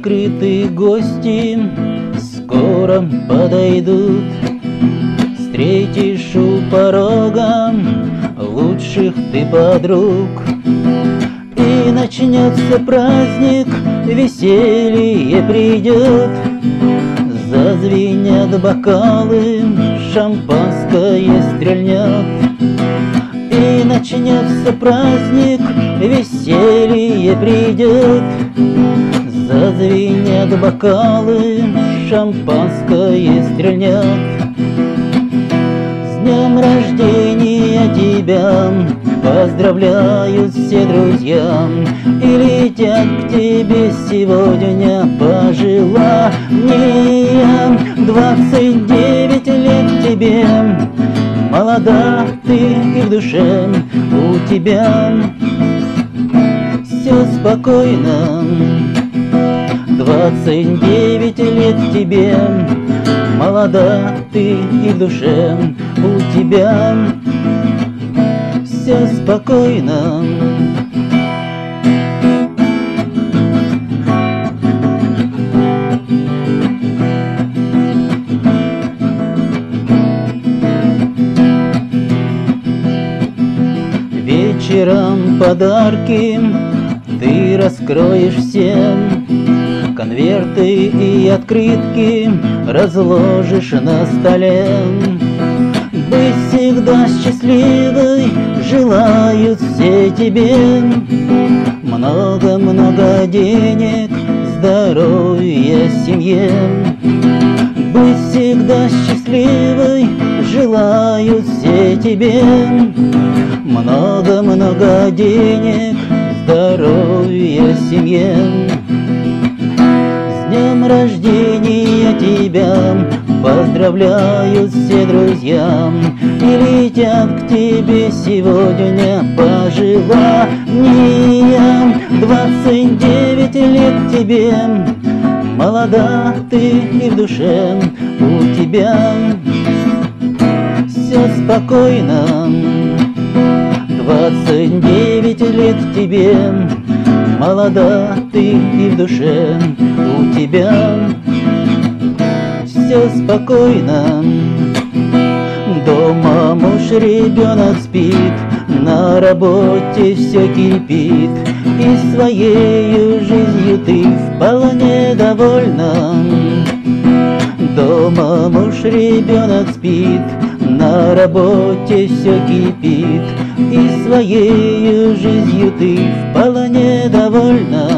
закрыты гости скоро подойдут. Встретишь у порога лучших ты подруг, и начнется праздник, веселье придет. Зазвенят бокалы, шампанское стрельнет, и начнется праздник, веселье придет. Зазвенят бокалы, шампанское стрельнет. С днем рождения тебя поздравляют все друзья, и летят к тебе сегодня пожелания. 29 лет тебе, молода ты и в душе у тебя все спокойно. 29 лет тебе, молода ты и в душе у тебя все спокойно. Вечером подарки ты раскроешь всем, конверты и открытки разложишь на столе. Быть всегда счастливой желают все тебе. Много-много денег, здоровья семье. Быть всегда счастливой желают все тебе. Много-много денег, здоровья семье. С днем рождения тебя поздравляют все друзья, и летят к тебе сегодня пожелания. 29 лет тебе, молода ты и в душе у тебя все спокойно. 29 лет тебе, молода ты и в душе у тебя все спокойно. Дома муж, ребенок спит, на работе все кипит, и своею жизнью ты вполне довольна. Дома муж, ребенок спит, на работе все кипит, и своею жизнью ты вполне довольна.